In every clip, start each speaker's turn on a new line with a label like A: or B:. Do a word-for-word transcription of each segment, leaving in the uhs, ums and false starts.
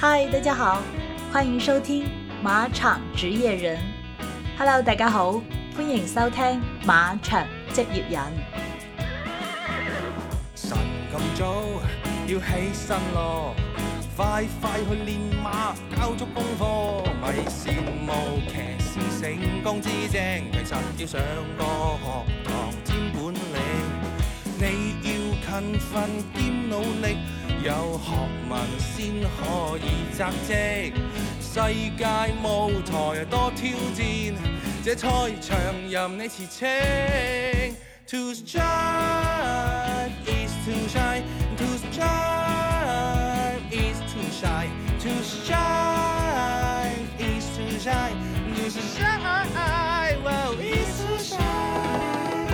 A: 嗨，大家好，歡迎收聽馬場職業人。Hello， 大家好，歡迎收聽馬場職業人。
B: 晨咁早要起身咯，快快去練馬，交足功課，咪羨慕騎師成功之精，其實要上個學堂兼本領，你要勤奮兼努力，有學問先可以扎職，世界舞台多挑戰，這賽場任你馳騁。To strive is to shine, to strive is to shine, to shine is to shine, to shine, well is to shine。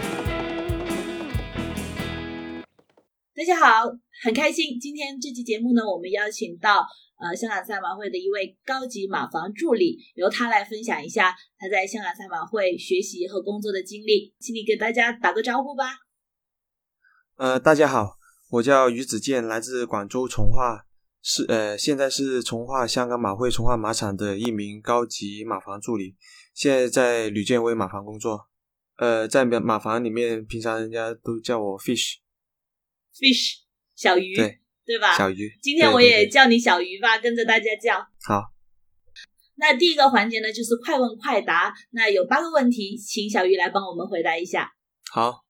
A: 大家好，很開心，今天這期節目呢，我們邀請到呃香港賽馬會的一位高級馬房助理，由他來分享一下他在香港賽馬會學習和工作的經歷，請你給大家打個招呼吧。
C: 呃，大家好，我叫余子健，來自廣州從化，是呃，現在是從化香港馬會從化馬場的一名高級馬房助理，現在在呂健威馬房工作。呃，在馬房裏面，平常人家都叫我 Fish。Fish，
A: 小魚，
C: 對，
A: 對吧？
C: 小魚。
A: 今天我也叫你小魚吧，跟着大家叫。
C: 好。
A: 那第一個環節呢，就是快問快答。那有八個問題，請小魚來幫我們回答一下。
C: 好。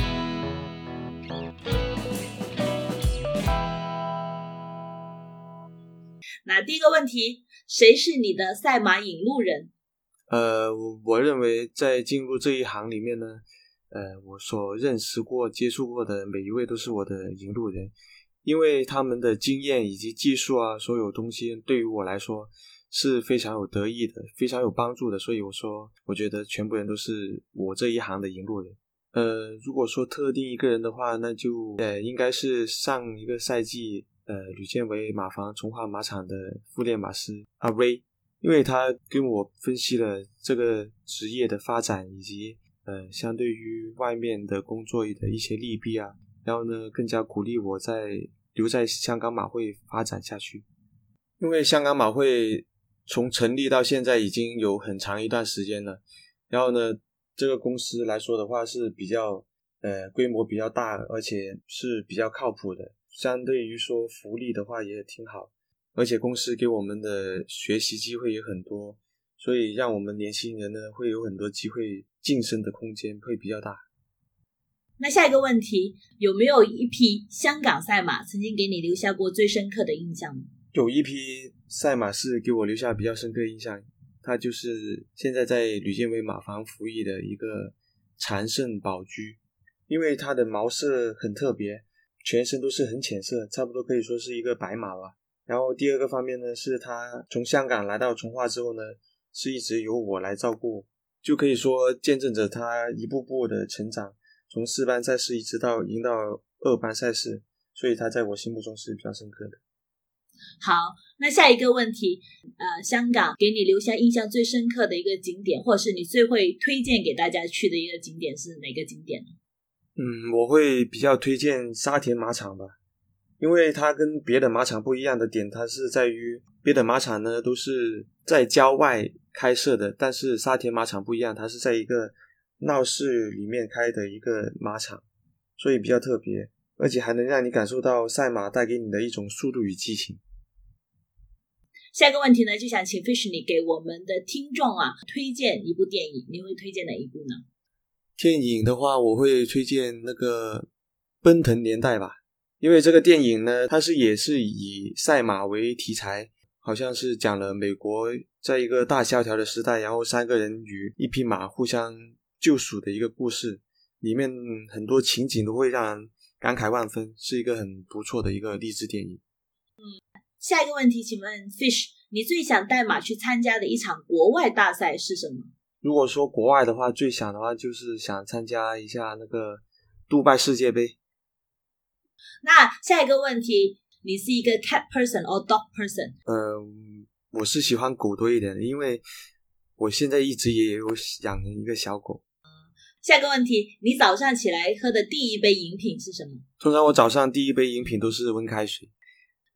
A: 那第一個問題，誰是你的賽馬引路人？
C: 呃，我認為在進入這一行裡面呢，呃，我所認識過、接觸過的每一位都是我的引路人，因為他們的經驗以及技術啊，所有東西對於我來說是非常有得益的，非常有幫助的，所以我說，我覺得全部人都是我這一行的引路人。呃，如果說特定一個人的話，那就呃，應該是上一個賽季呃呂健威馬房從化馬場的副練馬師阿 Ray， 因為他跟我分析了這個職業的發展以及呃，相對於外面的工作的一些利弊啊，然後呢，更加鼓勵我在留在香港馬會發展下去。因為香港馬會從成立到現在已經有很長一段時間了，然後呢，這個公司來說的話是比較呃規模比較大，而且是比較靠譜的，相對於說福利的話也挺好，而且公司給我們的學習機會也很多，所以讓我們年輕人呢會有很多機會晉升的空間會比較大。
A: 那下一個問題，有沒有一匹香港賽馬曾經給你留下過最深刻的印象呢？
C: 有一匹賽馬是給我留下比較深刻印象，它就是現在在呂健威馬房服役的一個長勝寶駒，因為它的毛色很特別，全身都是很淺色，差不多可以說是一個白馬吧。然後第二個方面呢，是它從香港來到從化之後呢，是一直由我來照顧，就可以說見證着他一步步的成長，從四班賽事一直到贏到二班賽事，所以他在我心目中是比較深刻的。
A: 好，那下一個問題，呃，香港給你留下印象最深刻的一個景點，或者是你最會推薦給大家去的一個景點是哪個景點呢？
C: 嗯，我會比較推薦沙田馬場吧，因為它跟別的馬場不一樣的點，它是在於別的馬場呢都是在郊外開設的，但是沙田馬場不一樣，它是在一個鬧市裡面開的一個馬場，所以比較特別，而且還能讓你感受到賽馬帶給你的一種速度與激情。
A: 下一個問題呢，就想請 Fish 你給我們的聽眾啊推薦一部電影，你會推薦哪一部呢？
C: 電影的話，我會推薦那個奔騰年代吧，因為這個電影呢，它是也是以賽馬為題材，好像是講了美國在一個大蕭條的時代，然後三個人與一匹馬互相救贖的一個故事，裡面很多情景都會讓人感慨萬分，是一個很不錯的一個勵志電影。
A: 嗯，下一個問題，請問 Fish， 你最想帶馬去參加的一場國外大賽是什麼？
C: 如果說國外的話，最想的話就是想參加一下那個杜拜世界杯。
A: 那下一個問題，你是一個 cat person or dog person？
C: 呃，我是喜歡狗多一點的，因為我現在一直也有養一個小狗。
A: 下一個問題，你早上起來喝的第一杯飲品是什麼？
C: 通常我早上第一杯飲品都是溫開水。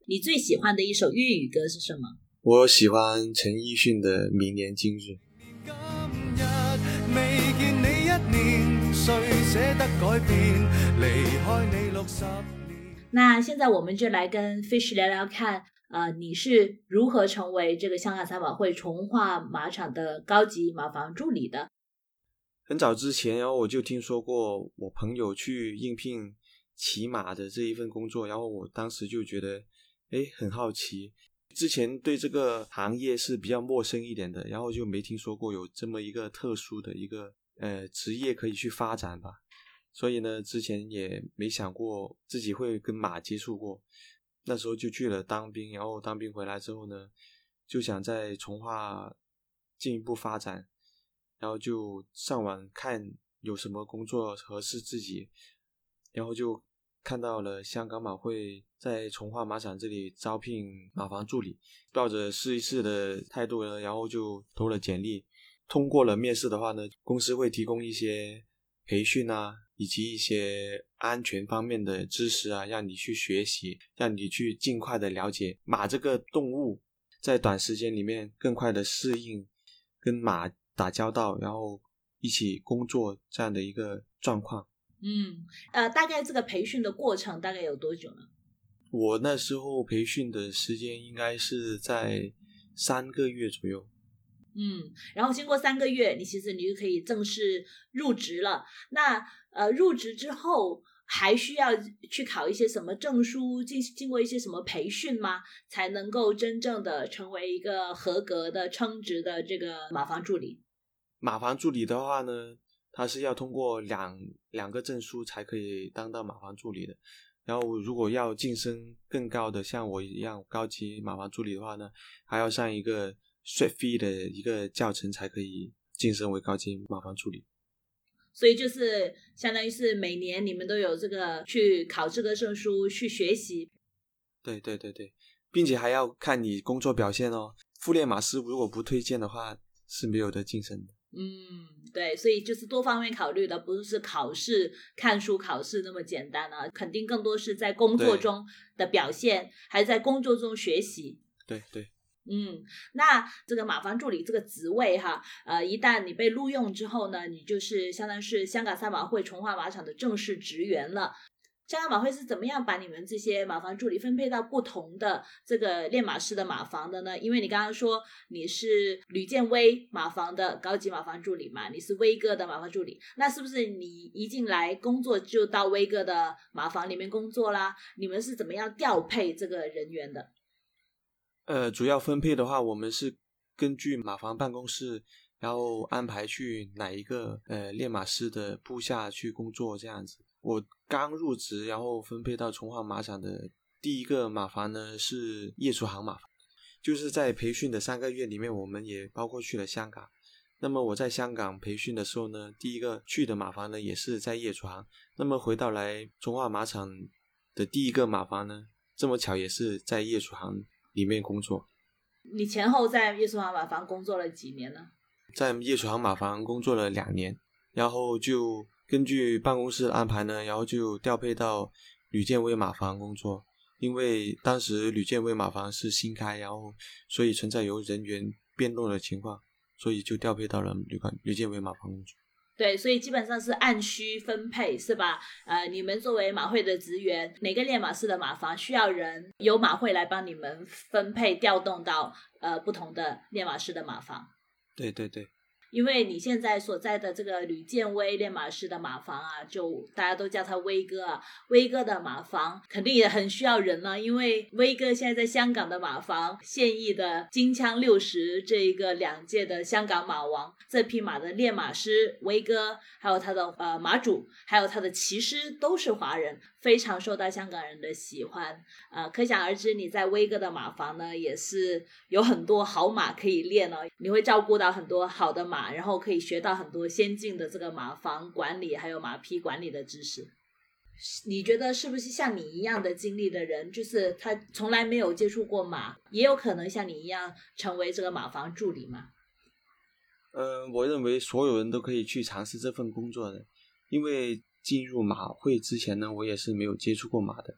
A: 你最喜欢的一首粤语歌是什么？
C: 我喜欢陈奕迅的《明年今日》。
B: 未見你一年，誰捨得改變？離開你六十年。
A: 那現在我們就來跟 Fish 聊聊看，呃，你是如何成為這個香港賽馬會從化馬場的高級馬房助理的？
C: 很早之前，然後我就聽說過我朋友去應聘騎馬的這一份工作，然後我當時就覺得，誒，很好奇。之前對這個行業是比較陌生一點的，然後就沒聽說過有這麼一個特殊的一個呃職業可以去發展吧，所以呢之前也沒想過自己會跟馬接觸過，那時候就去了當兵，然後當兵回來之後呢就想在從化進一步發展，然後就上網看有什麼工作合適自己，然後就看到了香港馬會在從化馬場這裏招聘馬房助理，抱着試一試的態度呢，然後就投了簡歷。通過了面試的話呢，公司會提供一些培訓啊，以及一些安全方面的知識啊，讓你去學習，讓你去盡快的了解馬這個動物，在短時間裏面更快的適應跟馬打交道，然後一起工作這樣的一個狀況。
A: 嗯，呃，大概這個培訓的過程大概有多久呢？
C: 我那時候培訓的時間應該是在三個月左右。
A: 嗯，然後經過三個月，你其實你就可以正式入職了。那呃，入職之後還需要去考一些什麼證書，經經過一些什麼培訓嗎？才能夠真正的成為一個合格的稱職的這個馬房助理？
C: 馬房助理的話呢，他是要通過兩兩個證書才可以當到馬房助理的。然後如果要晉升更高的，像我一樣高級馬房助理的話呢，還要上一個 Strat Fee 的一個教程才可以晉升為高級馬房助理。
A: 所以就是相當於是每年你們都有這個去考這個證書去學習。
C: 對對對對，並且還要看你工作表現哦。副練馬師如果不推薦的話，是沒有得晉升的。
A: 嗯，對，所以就是多方面考慮的，不是考試看書考試那麼簡單啊，肯定更多是在工作中的表現，還是在工作中學習。
C: 對對，
A: 嗯，那這個馬房助理這個職位哈，呃，一旦你被錄用之後呢，你就是相當於是香港賽馬會從化馬場的正式職員了。香港馬會是怎麼樣把你們這些馬房助理分配到不同的這個練馬師的馬房的呢？因為你剛剛說你是呂健威馬房的高級馬房助理嘛，你是威哥的馬房助理，那是不是你一進來工作就到威哥的馬房裡面工作啦？你們是怎麼樣調配這個人員的？
C: 呃，主要分配的話，我們是根據馬房辦公室，然後安排去哪一個呃練馬師的部下去工作這樣子。我剛入職，然後分配到從化馬場的第一個馬房呢是葉楚航馬房，就是在培訓的三個月裡面，我們也包括去了香港。那麼我在香港培訓的時候呢，第一個去的馬房呢也是在葉楚航。那麼回到來從化馬場的第一個馬房呢，這麼巧也是在葉楚航裡面工作。
A: 你前後在葉楚航馬房工作了幾年呢？
C: 在葉楚航馬房工作了兩年，然後就根據辦公室安排呢，然後就調配到呂健威馬房工作。因為當時呂健威馬房是新開，然後所以存在有人員變動的情況，所以就調配到了呂呂健威馬房工作。
A: 對，所以基本上是按需分配，是吧？呃，你們作為馬會的職員，哪個練馬師的馬房需要人，由馬會來幫你們分配調動到呃不同的練馬師的馬房。
C: 對對對。
A: 因為你現在所在的這個呂健威練馬師的馬房啊，就大家都叫他威哥啊，威哥的馬房肯定也很需要人呢，因為威哥現在在香港的馬房現役的金槍六十這一個兩屆的香港馬王，這匹馬的練馬師威哥，還有他的呃馬主，還有他的騎師都是華人，非常受到香港人的喜歡。呃，可想而知你在威哥的馬房呢，也是有很多好馬可以練哦，你會照顧到很多好的馬，然後可以學到很多先進的這個馬房管理還有馬匹管理的知識。你覺得是不是像你一樣的經歷的人，就是他從來沒有接觸過馬，也有可能像你一樣成為這個馬房助理嗎？
C: 呃，我認為所有人都可以去嘗試這份工作的，因為進入馬會之前呢，我也是沒有接觸過馬的。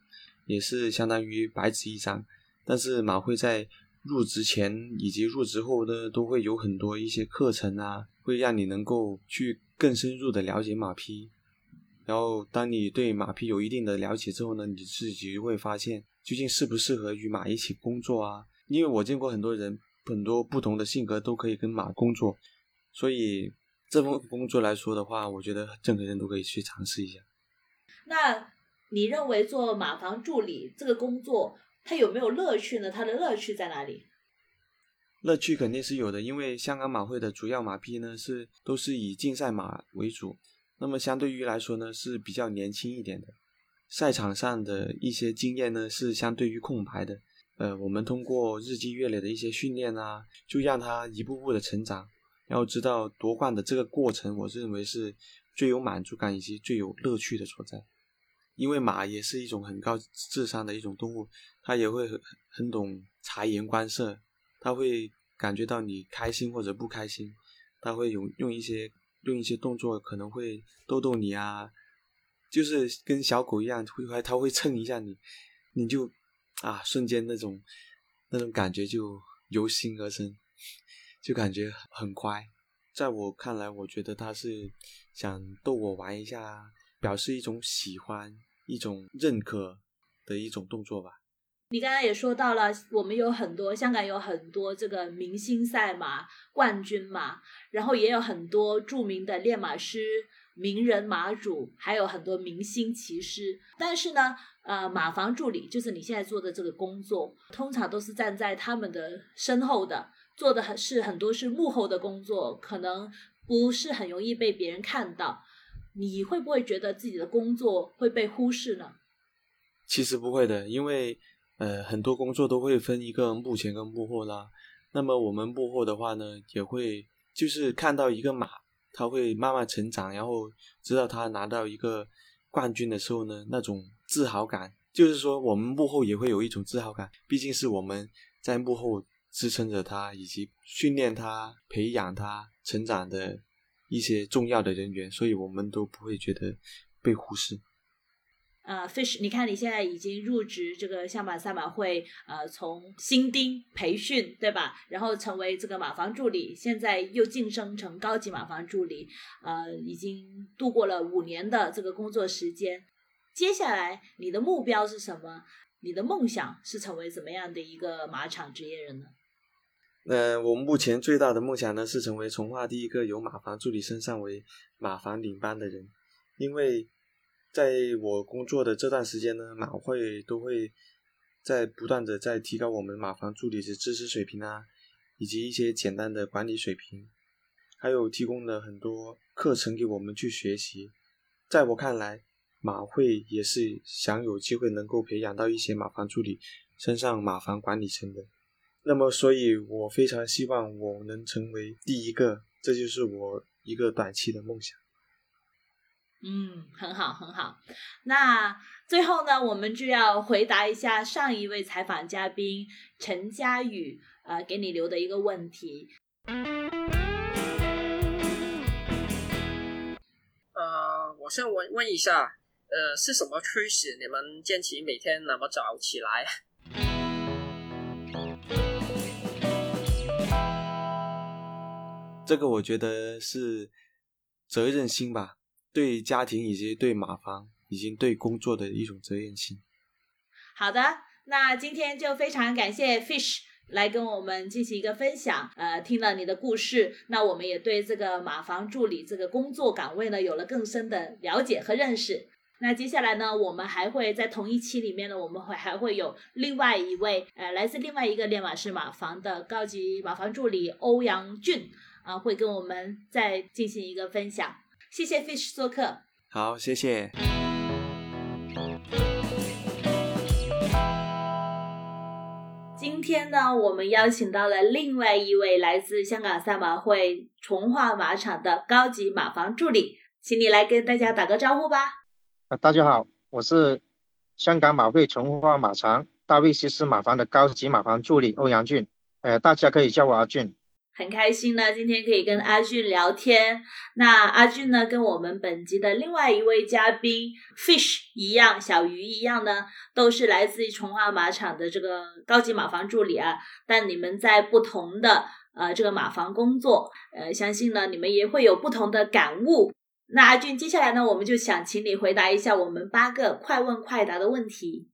C: 也是相当于白纸一张。但是马会在入职前以及入职后呢，都会有很多一些课程啊，会让你能够去更深入的了解马匹。然后当你对马匹有一定的了解之后呢，你自己就会发现究竟适不适合与马一起工作啊。因为我见过很多人，很多不同的性格都可以跟马工作，所以这份工作来说的话，我觉得任何人都可以去尝试一下。
A: 那你认为做马房助理这个工作它有没有乐趣呢？它的乐趣在哪里？
C: 乐趣肯定是有的，因为香港马会的主要马匹呢是都是以竞赛马为主，那么相对于来说呢是比较年轻一点的，赛场上的一些经验呢是相对于空白的。呃，我们通过日积月累的一些训练啊，就让他一步步的成长，然后知道夺冠的这个过程，我认为是最有满足感以及最有乐趣的所在。因为马也是一种很高智商的一种动物，它也会很很懂察言观色，它会感觉到你开心或者不开心，它会用用一些用一些动作可能会逗逗你啊，就是跟小狗一样，会它会蹭一下你，你就啊瞬间那种那种感觉就由心而生，就感觉很乖。在我看来，我觉得它是想逗我玩一下，表示一种喜欢，一种认可的一种动作吧。
A: 你刚才也说到了，我们有很多香港有很多这个明星赛马、冠军马，然后也有很多著名的练马师、名人马主，还有很多明星骑师。但是呢，呃，马房助理就是你现在做的这个工作，通常都是站在他们的身后的，做的是很多是幕后的工作，可能不是很容易被别人看到。你会不会觉得自己的工作会被忽视呢？
C: 其实不会的，因为呃很多工作都会分一个幕前跟幕后啦。那么我们幕后的话呢，也会就是看到一个马，它会慢慢成长，然后知道它拿到一个冠军的时候呢，那种自豪感，就是说我们幕后也会有一种自豪感，毕竟是我们在幕后支撑着它，以及训练它、培养它成长的一些重要的人员，所以我们都不会觉得被忽视。
A: 呃 Fish， 你看你现在已经入职这个香港赛马会，呃，从新丁培训，对吧？然后成为这个马房助理，现在又晋升成高级马房助理，呃，已经度过了五年的这个工作时间。接下来你的目标是什么？你的梦想是成为怎么样的一个马场职业人呢？
C: 呃，我目前最大的梦想呢是成为从化第一个由马房助理升上为马房领班的人，因为在我工作的这段时间呢，马会都会在不断的在提高我们马房助理的知识水平啊，以及一些简单的管理水平，还有提供了很多课程给我们去学习。在我看来，马会也是想有机会能够培养到一些马房助理升上马房管理层的。那么所以我非常希望我能成为第一个，这就是我一个短期的梦想。
A: 嗯，很好很好。那最后呢，我们就要回答一下上一位采访嘉宾陈佳宇呃给你留的一个问题。
D: 呃，我想问问一下，呃，是什么驱使你们坚持每天那么早起来？
C: 这个我觉得是责任心吧，对家庭以及对马房以及对工作的一种责任心。
A: 好的，那今天就非常感谢 Fish 来跟我们进行一个分享，呃，听了你的故事，那我们也对这个马房助理这个工作岗位呢有了更深的了解和认识。那接下来呢，我们还会在同一期里面呢，我们会还会有另外一位呃来自另外一个练马师马房的高级马房助理欧阳俊啊、呃，会跟我们再进行一个分享。谢谢 Fish 做客。
C: 好，谢谢。
A: 今天呢，我们邀请到了另外一位来自香港赛马会从化马场的高级马房助理，请你来跟大家打个招呼吧。
E: 啊，大家好，我是香港马会从化马场大卫西斯马房的高级马房助理欧阳俊，呃，大家可以叫我阿俊。
A: 很开心呢，今天可以跟阿俊聊天。那阿俊呢，跟我们本集的另外一位嘉宾 Fish 一样，小鱼一样呢，都是来自于从化马场的这个高级马房助理啊。但你们在不同的呃这个马房工作，呃，相信呢你们也会有不同的感悟。那阿俊，接下来呢，我们就想请你回答一下我们八个快问快答的问题。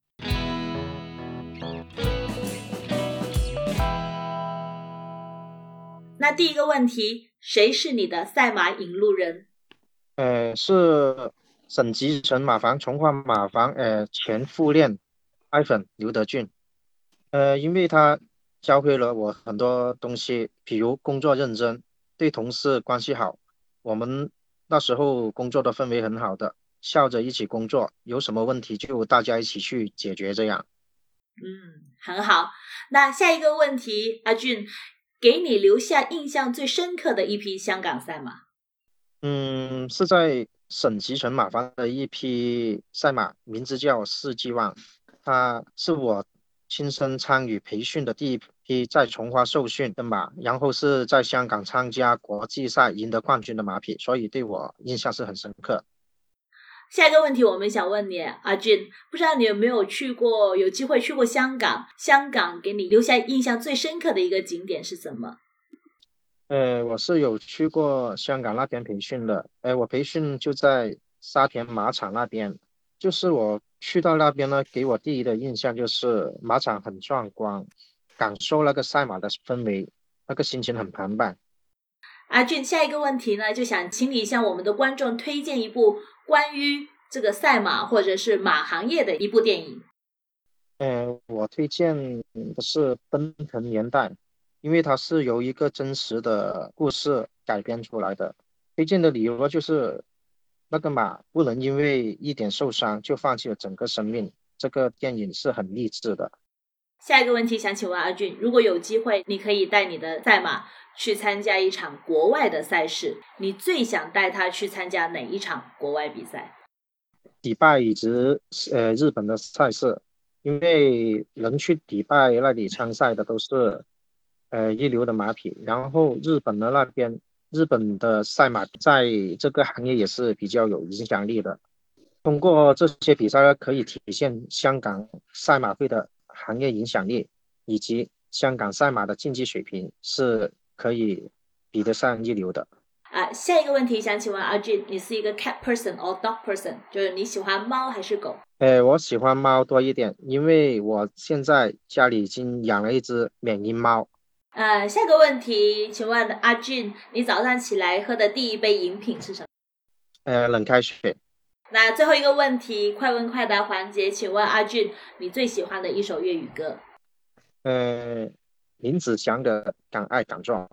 A: 那第一个问题，谁是你的赛马引路人？
E: 呃，是省级城马房从化马房呃前副练艾粉刘德俊。呃，因为他教会了我很多东西，比如工作认真，对同事关系好。我们那时候工作的氛围很好的，笑着一起工作，有什么问题就大家一起去解决这样。
A: 嗯，很好。那下一个问题，阿俊，给你留下印象最深刻的一匹香港赛马？
E: 嗯，是在省级城马房的一匹赛马，名字叫世纪旺，它是我亲身参与培训的第一匹在从化受训的马，然后是在香港参加国际赛赢得冠军的马匹，所以对我印象是很深刻。
A: 下一个问题我们想问你，阿俊，不知道你有没有去过，有机会去过香港？香港给你留下印象最深刻的一个景点是什么？
E: 呃，我是有去过香港那边培训的，呃，我培训就在沙田马场那边，就是我去到那边呢，给我第一的印象就是马场很壮观，感受那个赛马的氛围，那个心情很澎湃。
A: 阿俊，下一个问题呢，就想请你向我们的观众推荐一部关于这个赛马或者是马行业的一部电影。
E: 呃，我推荐的是《奔腾年代》，因为它是由一个真实的故事改编出来的。推荐的理由就是那个马不能因为一点受伤就放弃了整个生命，这个电影是很励志的。
A: 下一个问题想请问阿俊，如果有机会你可以带你的赛马去参加一场国外的赛事，你最想带他去参加哪一场国外比赛？
E: 迪拜以及呃日本的赛事，因为能去迪拜那里参赛的都是呃一流的马匹，然后日本的那边日本的赛马在这个行业也是比较有影响力的。通过这些比赛可以体现香港赛马会的行业影响力，以及香港赛马的竞技水平是可以比得上一流的。
A: 啊，下一个问题想请问阿俊，你是一个 cat person or dog person， 就是你喜欢猫还是狗？
E: 呃，我喜欢猫多一点，因为我现在家里已经养了一只缅因猫。
A: 呃，下个问题，请问阿俊，你早上起来喝的第一杯饮品是什么？
E: 呃，冷开水。
A: 那最后一个问题，快问快答环节，请问阿俊，你最喜欢的一首粤语歌？
E: 呃，林子祥的《敢爱敢撞》。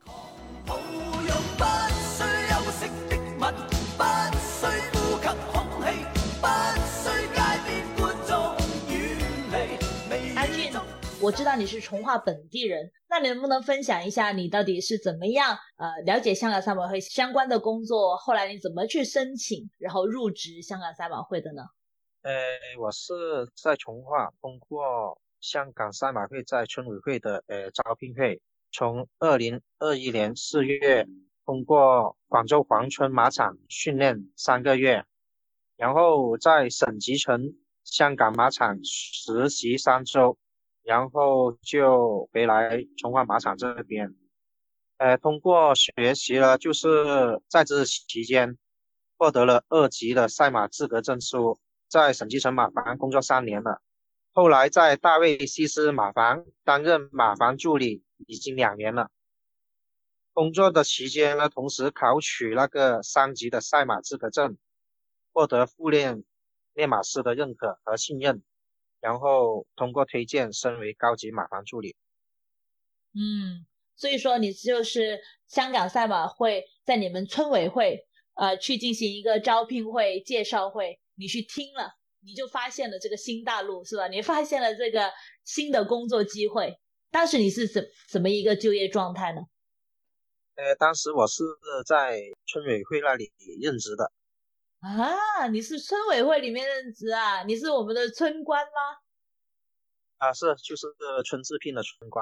A: 阿俊，我知道你是从化本地人，那你能不能分享一下你到底是怎么样呃了解香港赛马会相关的工作，后来你怎么去申请然后入职香港赛马会的呢？
E: 呃，我是在从化通过香港赛马会在村委会的呃招聘会，从二零二一年四月通过广州黄村马场训练三个月，然后在省级城香港马场实习三周，然后就回来从化马场这边。呃，通过学习了，就是在这期间获得了二级的赛马资格证书，在省级城马房工作三年了。后来在大卫西斯马房担任马房助理已经两年了。工作的期间呢，同时考取那个三级的赛马资格证，获得副练练马师的认可和信任，然后通过推荐升为高级马房助理。
A: 嗯，所以说你就是香港赛马会在你们村委会呃去进行一个招聘会介绍会，你去听了，你就发现了这个新大陆是吧？你发现了这个新的工作机会，当时你是怎怎么一个就业状态呢？
E: 呃，当时我是在村委会那里任职的。
A: 啊，你是村委会里面任职啊？你是我们的村官吗？
E: 啊，是，就是村治聘的村官。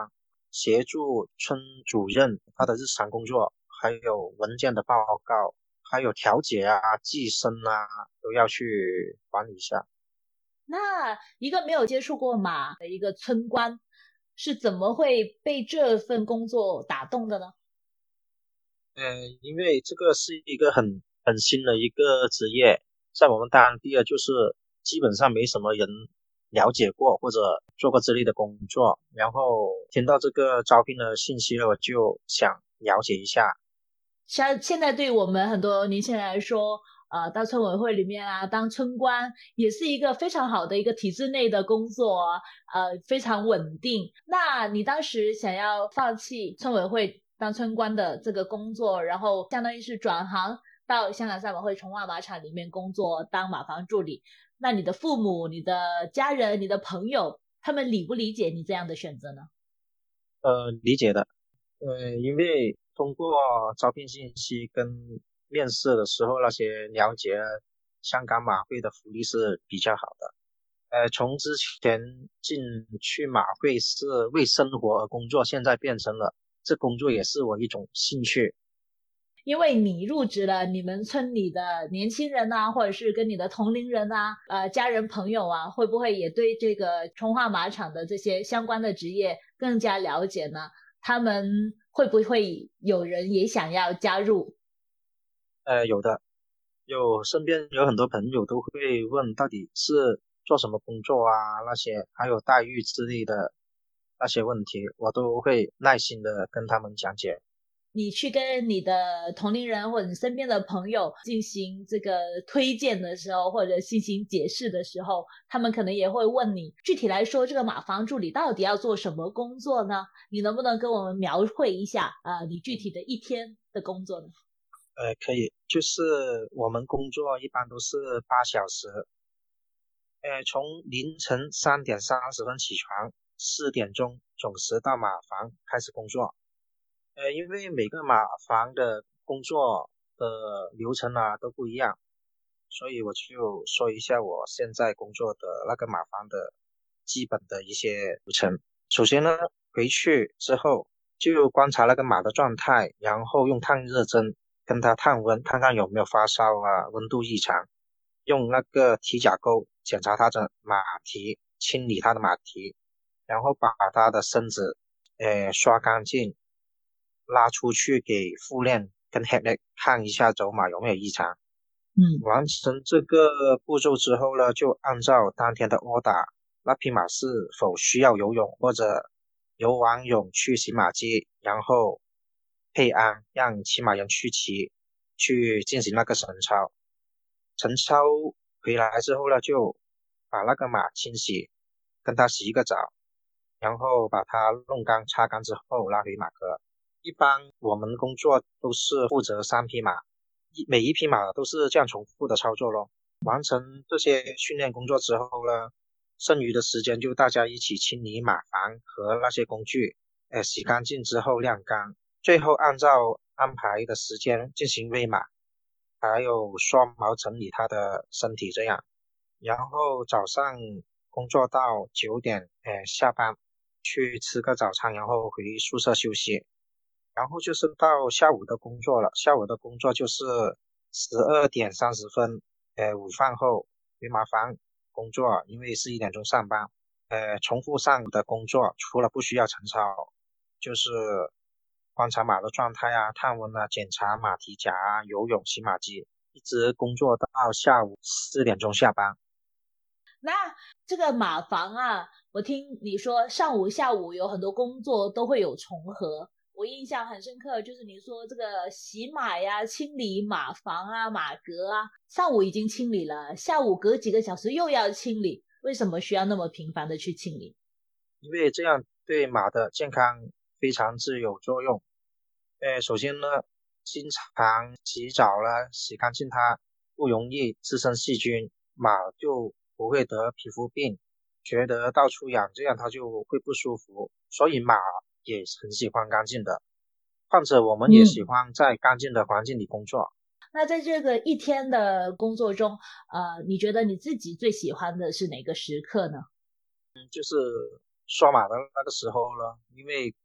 E: 协助村主任他的日常工作，还有文件的报告，还有调解啊、计生啊，都要去管理一下。
A: 那一个没有接触过马的一个村官，是怎么会被这份工作打动的呢？
E: 呃，因为这个是一个很很新的一个职业，在我们当地啊，就是基本上没什么人了解过或者做过这类的工作，然后听到这个招聘的信息了，我就想了解一下。
A: 像现在对我们很多年轻人来说，呃，到村委会里面啊，当村官也是一个非常好的一个体制内的工作啊，呃，非常稳定。那你当时想要放弃村委会当村官的这个工作，然后相当于是转行到香港赛马会从化马场里面工作当马房助理，那你的父母、你的家人、你的朋友，他们理不理解你这样的选择呢？
E: 呃，理解的。呃，因为通过招聘信息跟面试的时候那些了解，香港马会的福利是比较好的。呃，从之前进去马会是为生活而工作，现在变成了这工作也是我一种兴趣。
A: 因为你入职了，你们村里的年轻人啊，或者是跟你的同龄人啊、呃家人朋友啊，会不会也对这个从化马场的这些相关的职业更加了解呢？他们会不会有人也想要加入？
E: 呃，有的，有身边有很多朋友都会问到底是做什么工作啊，那些还有待遇之类的那些问题，我都会耐心的跟他们讲解。
A: 你去跟你的同龄人或者你身边的朋友进行这个推荐的时候，或者进行解释的时候，他们可能也会问你，具体来说，这个马房助理到底要做什么工作呢？你能不能跟我们描绘一下啊、呃，你具体的一天的工作呢？
E: 呃，可以，就是我们工作一般都是八小时，呃，从凌晨三点三十分起床，四点钟准时到马房开始工作。呃，因为每个马房的工作的流程啊都不一样，所以我就说一下我现在工作的那个马房的基本的一些流程。首先呢，回去之后就观察那个马的状态，然后用探热针跟它探温，看看有没有发烧啊，温度异常，用那个体甲钩检查它的马蹄，清理它的马蹄，然后把它的身子呃刷干净，拉出去给副练跟 head leg 看一下走马有没有异常。
A: 嗯，
E: 完成这个步骤之后呢，就按照当天的 order， 那匹马是否需要游泳或者游完泳去洗马机，然后配鞍让骑马人去骑，去进行那个晨操。晨操回来之后呢，就把那个马清洗，跟它洗一个澡，然后把它弄干擦干之后拉回马科。一般我们工作都是负责三匹马，每一匹马都是这样重复的操作咯。完成这些训练工作之后呢，剩余的时间就大家一起清理马房和那些工具，呃，洗干净之后晾干，最后按照安排的时间进行喂马，还有刷毛整理它的身体这样。然后早上工作到九点，呃，下班去吃个早餐，然后回宿舍休息。然后就是到下午的工作了，下午的工作就是十二点三十分，呃，午饭后回马房工作，因为是一点钟上班，呃，重复上的工作，除了不需要晨操，就是观察马的状态啊、探温啊、检查马蹄甲啊、游泳、洗马机，一直工作到下午四点钟下班。
A: 那这个马房啊，我听你说上午、下午有很多工作都会有重合。我印象很深刻，就是你说这个洗马呀、清理马房啊、马格啊，上午已经清理了，下午隔几个小时又要清理，为什么需要那么频繁的去清理？
E: 因为这样对马的健康非常之有作用。呃，首先呢，经常洗澡了，洗干净它，不容易滋生细菌，马就不会得皮肤病，觉得到处痒，这样它就会不舒服。所以马也很喜欢干净的，况且我们也喜欢在干净的环境里工作。
A: 嗯、那在这个一天的工作中，呃，你觉得你自己最喜欢的是哪个时刻呢？
E: 嗯，就是刷马的那个时候了，因为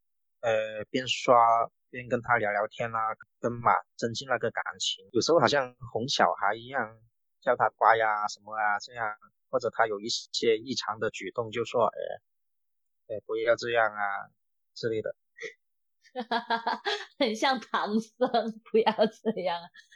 E: 呃边刷边跟他聊聊天啦、啊，跟马增进那个感情。有时候好像哄小孩一样，叫他乖呀、啊、什么啊这样，或者他有一些异常的举动，就说呃呃不要这样啊之类的。
A: 很像唐僧，不要这样。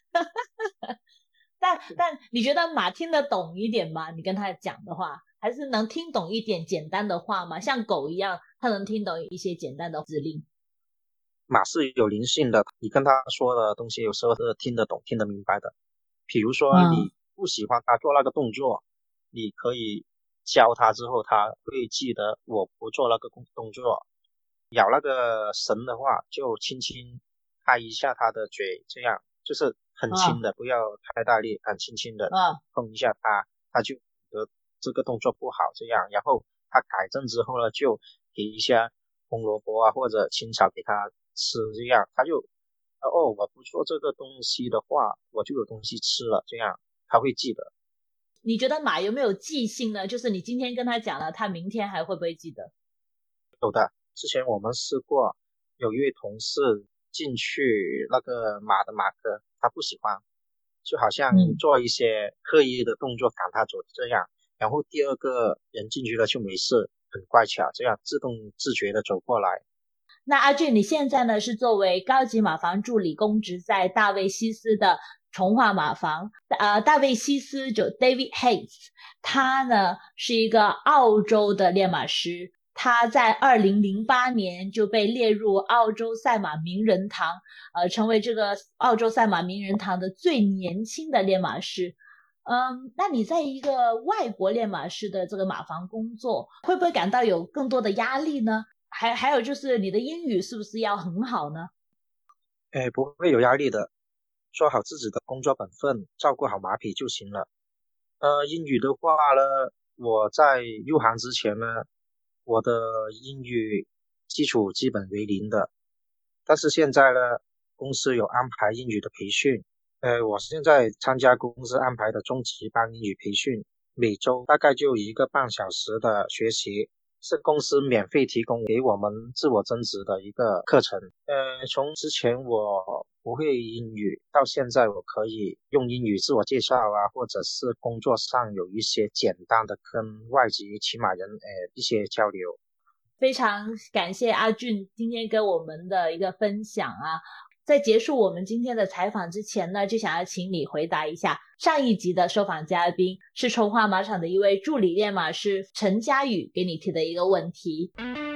A: 但但你觉得马听得懂一点吗？你跟他讲的话，还是能听懂一点简单的话吗？像狗一样，他能听懂一些简单的指令。
E: 马是有灵性的，你跟他说的东西有时候是听得懂听得明白的。比如说你不喜欢他做那个动作、嗯、你可以教他之后他会记得我不做那个动作。咬那个绳的话就轻轻拍一下他的嘴，这样就是很轻的、嗯、不要太大力，很轻轻的碰一下他、嗯、他就得这个动作不好这样，然后他改正之后呢就给一下红萝卜啊或者青草给他吃，这样他就哦我不做这个东西的话我就有东西吃了，这样他会记得。
A: 你觉得马有没有记性呢？就是你今天跟他讲了，他明天还会不会记得？
E: 有的，之前我们试过，有一位同事进去那个马的马科，他不喜欢，就好像做一些刻意的动作赶他走这样、嗯、然后第二个人进去了就没事，很乖巧，这样自动自觉的走过来。
A: 那阿俊，你现在呢是作为高级马房助理，供职在大卫西斯的从化马房。呃，大卫西斯就 David Hayes， 他呢是一个澳洲的练马师，他在二零零八年就被列入澳洲赛马名人堂，呃，成为这个澳洲赛马名人堂的最年轻的练马师。嗯，那你在一个外国练马师的这个马房工作，会不会感到有更多的压力呢？还还有就是你的英语是不是要很好呢？
E: 诶，不会有压力的，做好自己的工作本分，照顾好马匹就行了。呃，英语的话呢，我在入行之前呢，我的英语基础基本为零的，但是现在呢，公司有安排英语的培训，呃，我现在参加公司安排的中级班英语培训，每周大概就一个半小时的学习，是公司免费提供给我们自我增值的一个课程。呃，从之前我不会英语到现在我可以用英语自我介绍啊，或者是工作上有一些简单的跟外籍骑马人呃一些交流。
A: 非常感谢阿俊今天跟我们的一个分享啊。在结束我们今天的采访之前呢，就想要请你回答一下上一集的受访嘉宾是从化马场的一位助理练马师陈佳宇给你提的一个问题。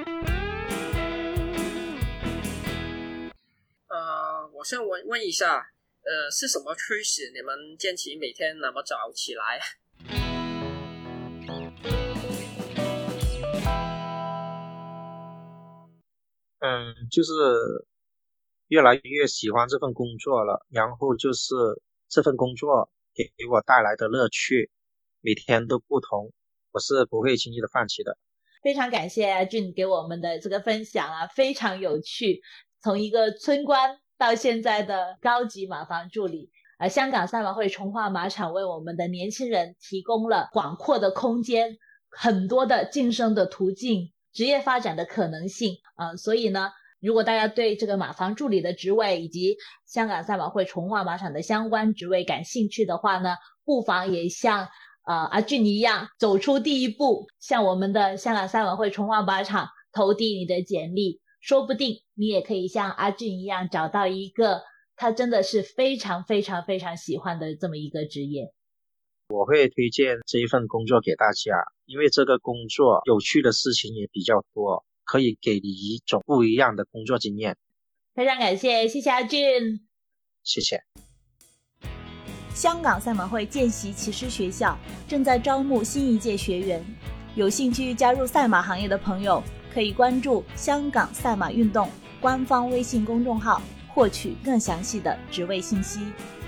D: 呃，我想问问一下，呃，是什么驱使你们坚持每天那么早起来？
E: 嗯，就是越来越喜欢这份工作了，然后就是这份工作给我带来的乐趣每天都不同，我是不会轻易的放弃的。
A: 非常感谢阿俊给我们的这个分享啊，非常有趣，从一个村官到现在的高级马房助理。呃，香港赛马会从化马场为我们的年轻人提供了广阔的空间，很多的晋升的途径，职业发展的可能性。呃，所以呢，如果大家对这个马房助理的职位以及香港赛马会从化马场的相关职位感兴趣的话呢，不妨也像呃阿俊一样走出第一步，向我们的香港赛马会从化马场投递你的简历，说不定你也可以像阿俊一样找到一个他真的是非常非常非常喜欢的这么一个职业。
E: 我会推荐这一份工作给大家，因为这个工作有趣的事情也比较多，可以给你一种不一样的工作经验。
A: 非常感谢，谢谢阿俊。
E: 谢谢。
F: 香港赛马会见习骑师学校正在招募新一届学员，有兴趣加入赛马行业的朋友可以关注香港赛马运动官方微信公众号，获取更详细的职位信息。